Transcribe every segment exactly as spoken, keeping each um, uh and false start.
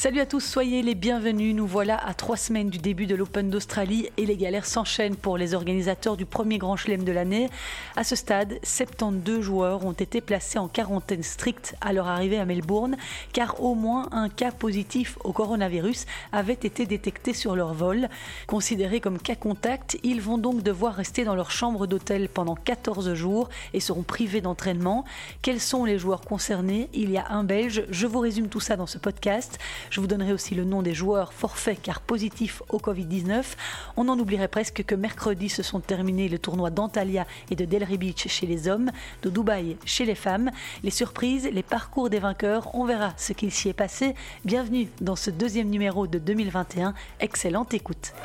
Salut à tous, soyez les bienvenus. Nous voilà à trois semaines du début de l'Open d'Australie et les galères s'enchaînent pour les organisateurs du premier Grand Chelem de l'année. À ce stade, soixante-douze joueurs ont été placés en quarantaine stricte à leur arrivée à Melbourne, car au moins un cas positif au coronavirus avait été détecté sur leur vol. Considérés comme cas contact, ils vont donc devoir rester dans leur chambre d'hôtel pendant quatorze jours et seront privés d'entraînement. Quels sont les joueurs concernés ? Il y a un Belge, je vous résume tout ça dans ce podcast. Je vous donnerai aussi le nom des joueurs forfaits car positifs au covid dix-neuf. On en oublierait presque que mercredi se sont terminés le tournoi d'Antalya et de Delray Beach chez les hommes, de Dubaï chez les femmes. Les surprises, les parcours des vainqueurs, on verra ce qu'il s'y est passé. Bienvenue dans ce deuxième numéro de deux mille vingt et un. Excellente écoute.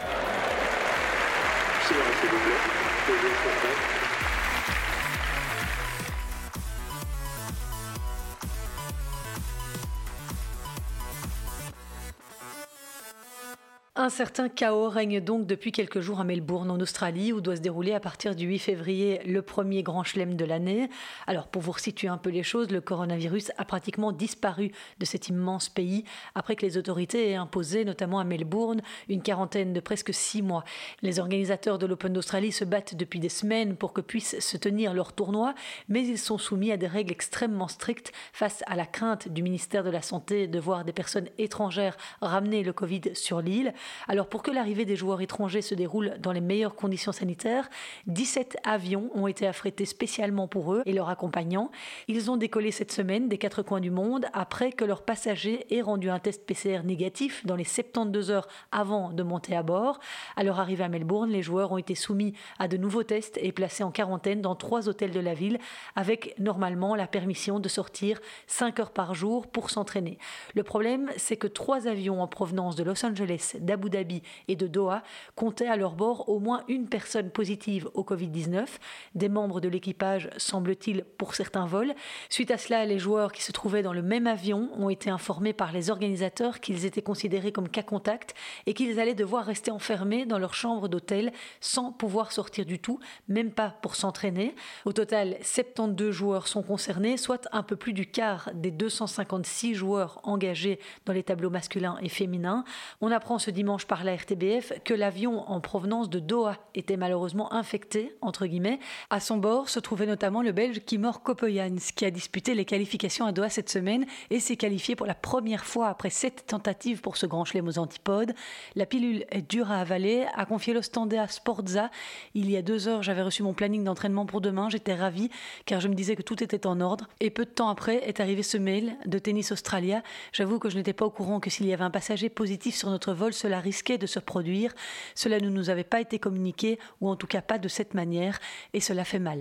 Un certain chaos règne donc depuis quelques jours à Melbourne, en Australie, où doit se dérouler à partir du huit février le premier Grand Chelem de l'année. Alors, pour vous resituer un peu les choses, le coronavirus a pratiquement disparu de cet immense pays après que les autorités aient imposé, notamment à Melbourne, une quarantaine de presque six mois. Les organisateurs de l'Open d'Australie se battent depuis des semaines pour que puissent se tenir leur tournoi, mais ils sont soumis à des règles extrêmement strictes face à la crainte du ministère de la Santé de voir des personnes étrangères ramener le Covid sur l'île. Alors pour que l'arrivée des joueurs étrangers se déroule dans les meilleures conditions sanitaires, dix-sept avions ont été affrétés spécialement pour eux et leurs accompagnants. Ils ont décollé cette semaine des quatre coins du monde après que leurs passagers aient rendu un test P C R négatif dans les soixante-douze heures avant de monter à bord. À leur arrivée à Melbourne, les joueurs ont été soumis à de nouveaux tests et placés en quarantaine dans trois hôtels de la ville avec normalement la permission de sortir cinq heures par jour pour s'entraîner. Le problème, c'est que trois avions en provenance de Los Angeles, d'Abu Dhabi et de Doha comptaient à leur bord au moins une personne positive au covid dix-neuf, des membres de l'équipage semble-t-il pour certains vols. Suite à cela, les joueurs qui se trouvaient dans le même avion ont été informés par les organisateurs qu'ils étaient considérés comme cas contact et qu'ils allaient devoir rester enfermés dans leur chambre d'hôtel sans pouvoir sortir du tout, même pas pour s'entraîner. Au total, soixante-douze joueurs sont concernés, soit un peu plus du quart des deux cent cinquante-six joueurs engagés dans les tableaux masculins et féminins. On apprend ce dimanche par la R T B F que l'avion en provenance de Doha était malheureusement infecté, entre guillemets. À son bord se trouvait notamment le Belge Kimor Kopoyans, qui a disputé les qualifications à Doha cette semaine et s'est qualifié pour la première fois après sept tentatives pour ce Grand Chelem aux antipodes. La pilule est dure à avaler, a confié l'Ostendais à Sportza. Il y a deux heures, j'avais reçu mon planning d'entraînement pour demain. J'étais ravie car je me disais que tout était en ordre. Et peu de temps après est arrivé ce mail de Tennis Australia. J'avoue que je n'étais pas au courant que s'il y avait un passager positif sur notre vol, cela risquait de se produire. Cela ne nous avait pas été communiqué, ou en tout cas pas de cette manière, et cela fait mal.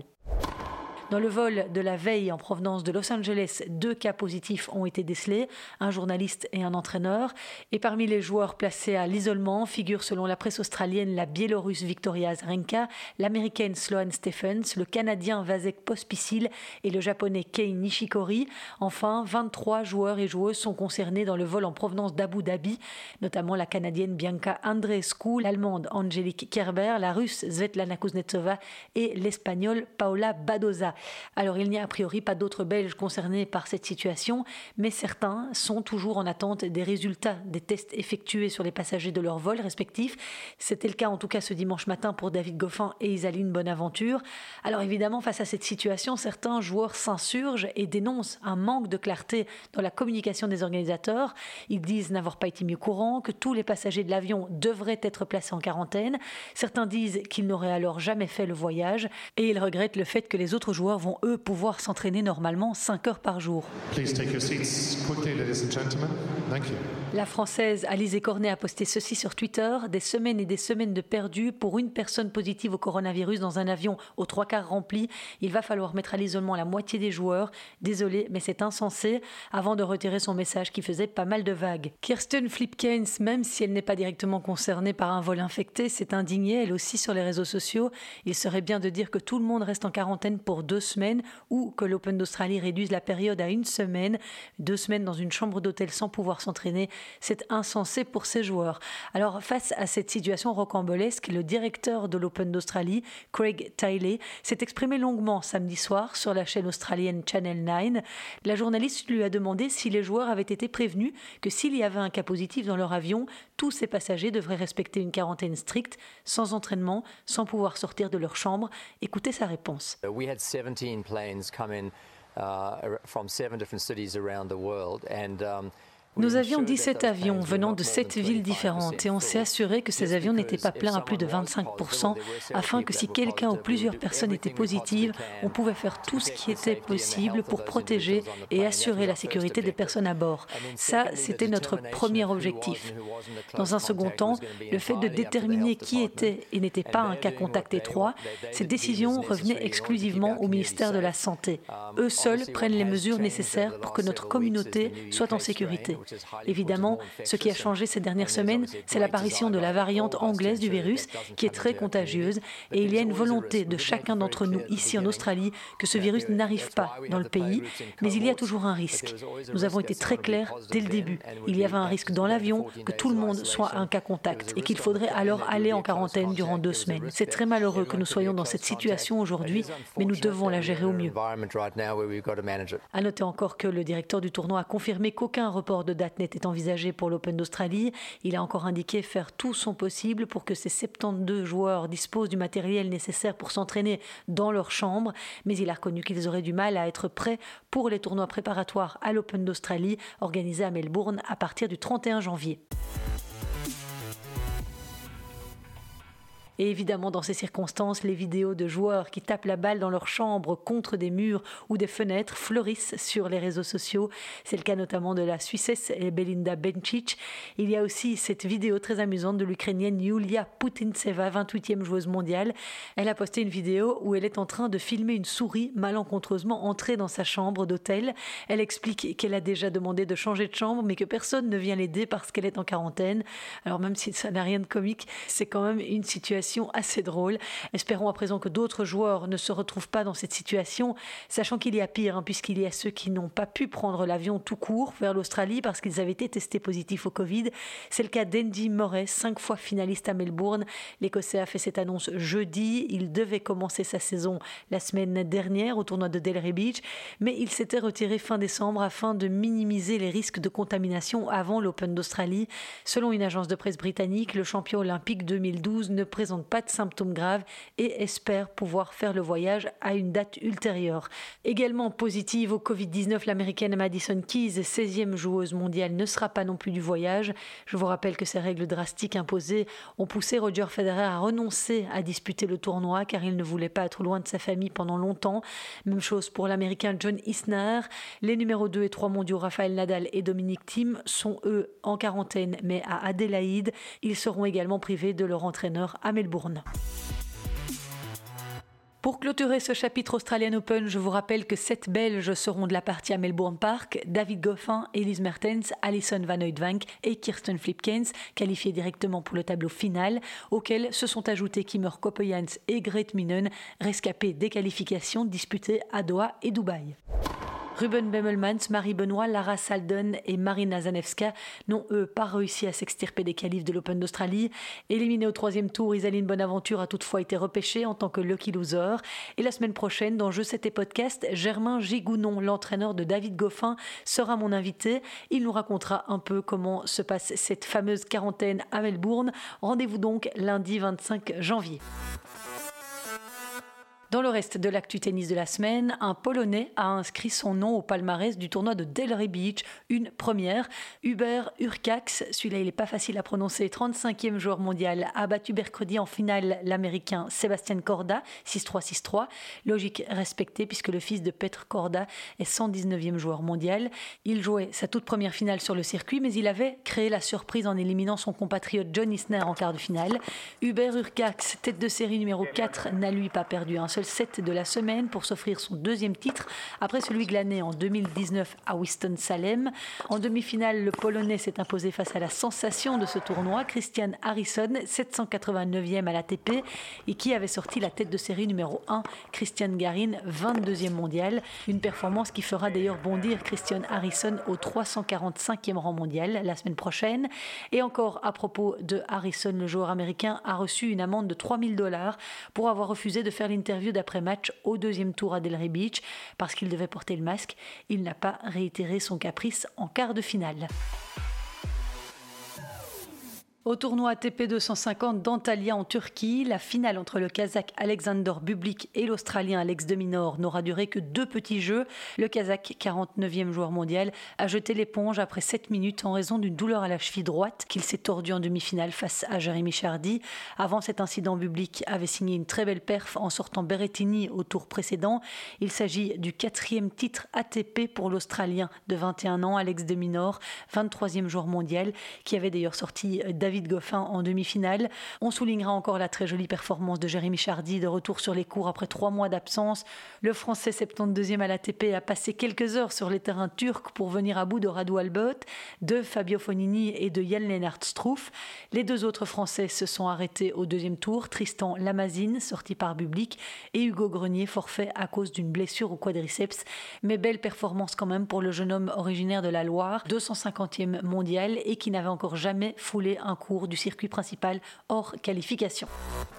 Dans le vol de la veille en provenance de Los Angeles, deux cas positifs ont été décelés, un journaliste et un entraîneur. Et parmi les joueurs placés à l'isolement figurent selon la presse australienne la Biélorusse Victoria Azarenka, l'américaine Sloane Stephens, le canadien Vasek Pospisil et le japonais Kei Nishikori. Enfin, vingt-trois joueurs et joueuses sont concernés dans le vol en provenance d'Abu Dhabi, notamment la canadienne Bianca Andreescu, l'allemande Angelique Kerber, la russe Svetlana Kuznetsova et l'espagnole Paola Badoza. Alors il n'y a a priori pas d'autres Belges concernés par cette situation, mais certains sont toujours en attente des résultats des tests effectués sur les passagers de leurs vols respectifs. C'était le cas en tout cas ce dimanche matin pour David Goffin et Isaline Bonaventure. Alors évidemment, face à cette situation, certains joueurs s'insurgent et dénoncent un manque de clarté dans la communication des organisateurs. Ils disent n'avoir pas été mis au courant, que tous les passagers de l'avion devraient être placés en quarantaine. Certains disent qu'ils n'auraient alors jamais fait le voyage et ils regrettent le fait que les autres joueurs vont eux pouvoir s'entraîner normalement cinq heures par jour. Please take your seats quickly, ladies and gentlemen. Thank you. La Française Alizé Cornet a posté ceci sur Twitter: des semaines et des semaines de perdu pour une personne positive au coronavirus dans un avion aux trois quarts rempli. Il va falloir mettre à l'isolement la moitié des joueurs. Désolé, mais c'est insensé. Avant de retirer son message qui faisait pas mal de vagues. Kirsten Flipkens, même si elle n'est pas directement concernée par un vol infecté, s'est indignée elle aussi sur les réseaux sociaux. Il serait bien de dire que tout le monde reste en quarantaine pour deux deux semaines ou que l'Open d'Australie réduise la période à une semaine. Deux semaines dans une chambre d'hôtel sans pouvoir s'entraîner, c'est insensé pour ces joueurs. Alors face à cette situation rocambolesque, le directeur de l'Open d'Australie, Craig Tiley, s'est exprimé longuement samedi soir sur la chaîne australienne Channel neuf. La journaliste lui a demandé si les joueurs avaient été prévenus que s'il y avait un cas positif dans leur avion, tous ces passagers devraient respecter une quarantaine stricte, sans entraînement, sans pouvoir sortir de leur chambre. Écoutez sa réponse. We had seventeen planes come in uh, from seven different cities around the world and um Nous avions dix-sept avions venant de sept villes différentes et on s'est assuré que ces avions n'étaient pas pleins à plus de vingt-cinq pour cent afin que si quelqu'un ou plusieurs personnes étaient positives, on pouvait faire tout ce qui était possible pour protéger et assurer la sécurité des personnes à bord. Ça, c'était notre premier objectif. Dans un second temps, le fait de déterminer qui était et n'était pas un cas contact étroit, ces décisions revenaient exclusivement au ministère de la Santé. Eux seuls prennent les mesures nécessaires pour que notre communauté soit en sécurité. Évidemment, ce qui a changé ces dernières semaines, c'est l'apparition de la variante anglaise du virus, qui est très contagieuse, et il y a une volonté de chacun d'entre nous ici en Australie que ce virus n'arrive pas dans le pays, mais il y a toujours un risque. Nous avons été très clairs dès le début. Il y avait un risque dans l'avion que tout le monde soit un cas contact et qu'il faudrait alors aller en quarantaine durant deux semaines. C'est très malheureux que nous soyons dans cette situation aujourd'hui, mais nous devons la gérer au mieux. À noter encore que le directeur du tournoi a confirmé qu'aucun report de date n'était envisagé pour l'Open d'Australie. Il a encore indiqué faire tout son possible pour que ces soixante-douze joueurs disposent du matériel nécessaire pour s'entraîner dans leur chambre, mais il a reconnu qu'ils auraient du mal à être prêts pour les tournois préparatoires à l'Open d'Australie organisés à Melbourne à partir du trente et un janvier. Et évidemment, dans ces circonstances, les vidéos de joueurs qui tapent la balle dans leur chambre contre des murs ou des fenêtres fleurissent sur les réseaux sociaux. C'est le cas notamment de la Suissesse Belinda Bencic. Il y a aussi cette vidéo très amusante de l'Ukrainienne Yulia Putintseva, vingt-huitième joueuse mondiale. Elle a posté une vidéo où elle est en train de filmer une souris malencontreusement entrée dans sa chambre d'hôtel. Elle explique qu'elle a déjà demandé de changer de chambre, mais que personne ne vient l'aider parce qu'elle est en quarantaine. Alors même si ça n'a rien de comique, c'est quand même une situation assez drôle. Espérons à présent que d'autres joueurs ne se retrouvent pas dans cette situation, sachant qu'il y a pire, hein, puisqu'il y a ceux qui n'ont pas pu prendre l'avion tout court vers l'Australie parce qu'ils avaient été testés positifs au Covid. C'est le cas d'Andy Murray, cinq fois finaliste à Melbourne. L'Écossais a fait cette annonce jeudi. Il devait commencer sa saison la semaine dernière au tournoi de Delray Beach, mais il s'était retiré fin décembre afin de minimiser les risques de contamination avant l'Open d'Australie. Selon une agence de presse britannique, le champion olympique deux mille douze ne présente pas de symptômes graves et espère pouvoir faire le voyage à une date ultérieure. Également positive au covid dix-neuf, l'américaine Madison Keys, seizième joueuse mondiale, ne sera pas non plus du voyage. Je vous rappelle que ces règles drastiques imposées ont poussé Roger Federer à renoncer à disputer le tournoi car il ne voulait pas être loin de sa famille pendant longtemps. Même chose pour l'américain John Isner. Les numéros deux et trois mondiaux Rafael Nadal et Dominic Thiem sont eux en quarantaine mais à Adélaïde. Ils seront également privés de leur entraîneur à Melbourne. Pour clôturer ce chapitre Australian Open, je vous rappelle que sept Belges seront de la partie à Melbourne Park: David Goffin, Elise Mertens, Alison Van Uytvanck et Kirsten Flipkens, qualifiés directement pour le tableau final, auxquels se sont ajoutés Kimmer Coppejans et Grete Minen, rescapés des qualifications disputées à Doha et Dubaï. Ruben Bemelmans, Marie Benoît, Lara Salden et Marina Zanevska n'ont eux pas réussi à s'extirper des qualifs de l'Open d'Australie. Éliminée au troisième tour, Isaline Bonaventure a toutefois été repêchée en tant que lucky loser. Et la semaine prochaine, dans Jeux sept et Podcast, Germain Gigounon, l'entraîneur de David Goffin, sera mon invité. Il nous racontera un peu comment se passe cette fameuse quarantaine à Melbourne. Rendez-vous donc lundi vingt-cinq janvier. Dans le reste de l'actu tennis de la semaine, un Polonais a inscrit son nom au palmarès du tournoi de Delray Beach, une première. Hubert Hurkacz, celui-là il n'est pas facile à prononcer, trente-cinquième joueur mondial, a battu mercredi en finale l'américain Sebastian Korda, six trois six trois. Logique respectée puisque le fils de Petr Korda est cent dix-neuvième joueur mondial. Il jouait sa toute première finale sur le circuit, mais il avait créé la surprise en éliminant son compatriote John Isner en quart de finale. Hubert Hurkacz, tête de série numéro quatre, n'a lui pas perdu un seul seul set de la semaine pour s'offrir son deuxième titre après celui glané en deux mille dix-neuf à Winston-Salem. En demi-finale, le Polonais s'est imposé face à la sensation de ce tournoi, Christian Harrison, sept cent quatre-vingt-neuvième à l'A T P et qui avait sorti la tête de série numéro un, Christian Garin, vingt-deuxième mondial. Une performance qui fera d'ailleurs bondir Christian Harrison au trois cent quarante-cinquième rang mondial la semaine prochaine. Et encore à propos de Harrison, le joueur américain a reçu une amende de trois mille dollars pour avoir refusé de faire l'interview d'après-match au deuxième tour à Delray Beach parce qu'il devait porter le masque. Il n'a pas réitéré son caprice en quart de finale. Au tournoi A T P deux cent cinquante d'Antalya en Turquie, la finale entre le Kazakh Alexander Bublik et l'Australien Alex de Minaur n'aura duré que deux petits jeux. Le Kazakh, quarante-neuvième joueur mondial, a jeté l'éponge après sept minutes en raison d'une douleur à la cheville droite qu'il s'est tordu en demi-finale face à Jérémy Chardy. Avant cet incident, Bublik avait signé une très belle perf en sortant Berrettini au tour précédent. Il s'agit du quatrième titre A T P pour l'Australien de vingt et un ans, Alex de Minaur, vingt-troisième joueur mondial, qui avait d'ailleurs sorti David Goffin en demi-finale. On soulignera encore la très jolie performance de Jérémy Chardy, de retour sur les cours après trois mois d'absence. Le Français soixante-douzième à l'A T P a passé quelques heures sur les terrains turcs pour venir à bout de Radu Albot, de Fabio Fognini et de Jan-Lennart Struff. Les deux autres Français se sont arrêtés au deuxième tour, Tristan Lamazine, sorti par Bublik, et Hugo Grenier, forfait à cause d'une blessure au quadriceps. Mais belle performance quand même pour le jeune homme originaire de la Loire, deux cent cinquantième mondial et qui n'avait encore jamais foulé un cours du circuit principal hors qualification.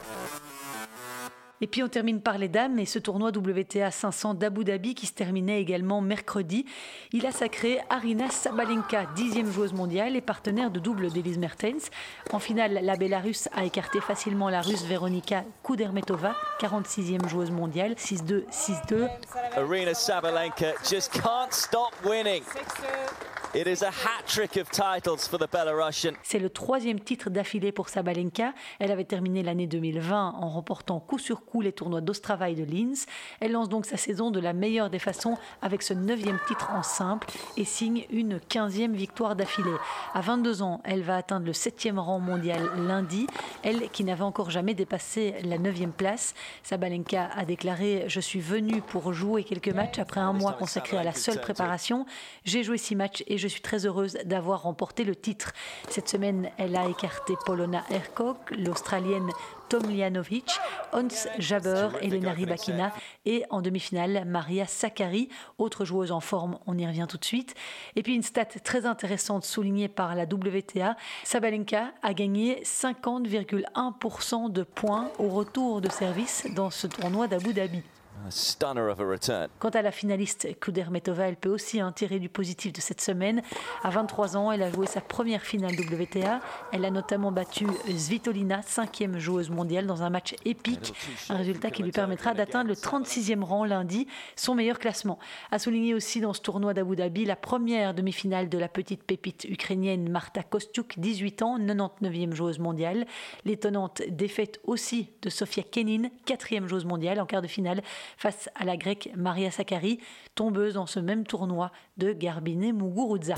Et puis on termine par les dames et ce tournoi W T A cinq cents d'Abu Dhabi qui se terminait également mercredi. Il a sacré Aryna Sabalenka, dixième joueuse mondiale et partenaire de double d'Elise Mertens. En finale, la Bélarusse a écarté facilement la Russe Veronika Kudermetova, quarante-sixième joueuse mondiale, six deux, six deux. Aryna Sabalenka just can't stop winning. It is a hat-trick of titles for the Belarusian. C'est le troisième titre d'affilée pour Sabalenka. Elle avait terminé l'année deux mille vingt en remportant coup sur coup les tournois d'Ostrava et de Linz. Elle lance donc sa saison de la meilleure des façons avec ce neuvième titre en simple et signe une quinzième victoire d'affilée. À vingt-deux ans, elle va atteindre le septième rang mondial lundi. Elle qui n'avait encore jamais dépassé la neuvième place. Sabalenka a déclaré « Je suis venue pour jouer quelques matchs après un mois consacré à la seule préparation. J'ai joué six matchs et je suis très heureuse d'avoir remporté le titre. » Cette semaine, elle a écarté Polona Hercog, l'Australienne Tomljanovic, Ons Jabeur, Elena Rybakina et en demi-finale, Maria Sakkari, autre joueuse en forme, on y revient tout de suite. Et puis une stat très intéressante soulignée par la W T A, Sabalenka a gagné cinquante virgule un pour cent de points au retour de service dans ce tournoi d'Abu Dhabi. A stunner of a return. Quant à la finaliste Kudermetova, elle peut aussi hein, tirer du positif de cette semaine. À vingt-trois ans, elle a joué sa première finale W T A. Elle a notamment battu Svitolina, cinquième joueuse mondiale, dans un match épique. Un résultat qui lui permettra d'atteindre le trente-sixième rang lundi, son meilleur classement. À souligner aussi dans ce tournoi d'Abu Dhabi la première demi-finale de la petite pépite ukrainienne Marta Kostyuk, dix-huit ans, quatre-vingt-dix-neuvième joueuse mondiale. L'étonnante défaite aussi de Sofia Kenin, quatrième joueuse mondiale en quart de finale, face à la grecque Maria Sakkari, tombeuse dans ce même tournoi de Garbine Muguruza.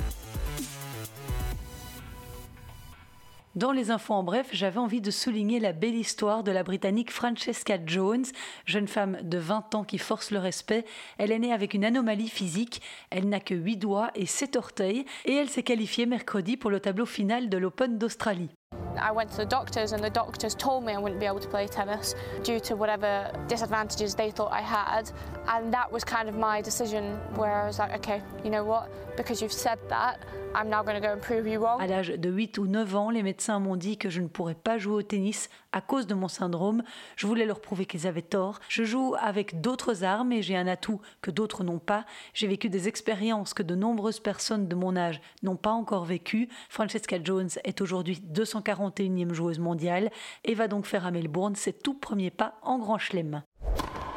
Dans les infos en bref, j'avais envie de souligner la belle histoire de la Britannique Francesca Jones, jeune femme de vingt ans qui force le respect. Elle est née avec une anomalie physique, elle n'a que huit doigts et sept orteils et elle s'est qualifiée mercredi pour le tableau final de l'Open d'Australie. I went to the doctors and the doctors told me I wouldn't be able to play tennis due to whatever disadvantages they thought I had, and that was kind of my decision where I was like, okay, you know what, because you've said that, I'm now going to go and prove you wrong. À l'âge de huit ou neuf ans, les médecins m'ont dit que je ne pourrais pas jouer au tennis à cause de mon syndrome. Je voulais leur prouver qu'ils avaient tort. Je joue avec d'autres armes et j'ai un atout que d'autres n'ont pas. J'ai vécu des expériences que de nombreuses personnes de mon âge n'ont pas encore vécues. Francesca Jones est aujourd'hui deux cent quarante et unième joueuse mondiale et va donc faire à Melbourne ses tout premiers pas en Grand Chelem.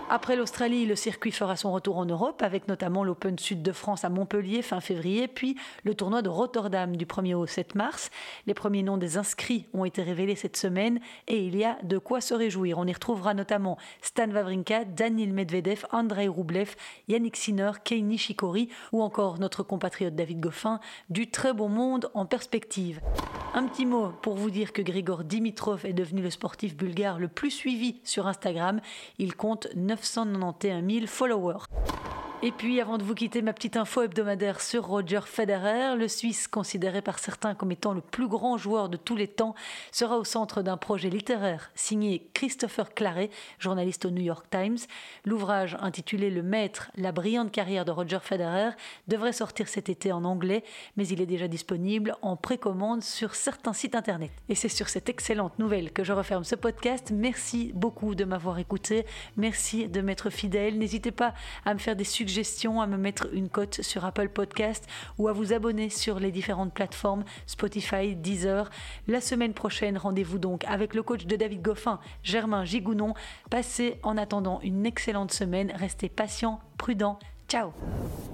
Après l'Australie, le circuit fera son retour en Europe avec notamment l'Open Sud de France à Montpellier fin février, puis le tournoi de Rotterdam du premier au sept mars. Les premiers noms des inscrits ont été révélés cette semaine et il y a de quoi se réjouir. On y retrouvera notamment Stan Wawrinka, Daniil Medvedev, Andrei Rublev, Yannick Sinner, Kei Nishikori ou encore notre compatriote David Goffin. Du très bon monde en perspective. Un petit mot pour vous dire que Grigor Dimitrov est devenu le sportif bulgare le plus suivi sur Instagram. Il compte neuf cent quatre-vingt-onze mille followers. Et puis, avant de vous quitter, ma petite info hebdomadaire sur Roger Federer. Le Suisse, considéré par certains comme étant le plus grand joueur de tous les temps, sera au centre d'un projet littéraire signé Christopher Claret, journaliste au New York Times. L'ouvrage, intitulé Le Maître, la brillante carrière de Roger Federer, devrait sortir cet été en anglais, mais il est déjà disponible en précommande sur certains sites internet. Et c'est sur cette excellente nouvelle que je referme ce podcast. Merci beaucoup de m'avoir écouté. Merci de m'être fidèle. N'hésitez pas à me faire des suggestions, à me mettre une cote sur Apple Podcast ou à vous abonner sur les différentes plateformes Spotify, Deezer. La semaine prochaine, rendez-vous donc avec le coach de David Goffin, Germain Gigounon. Passez en attendant une excellente semaine. Restez patients, prudents. Ciao!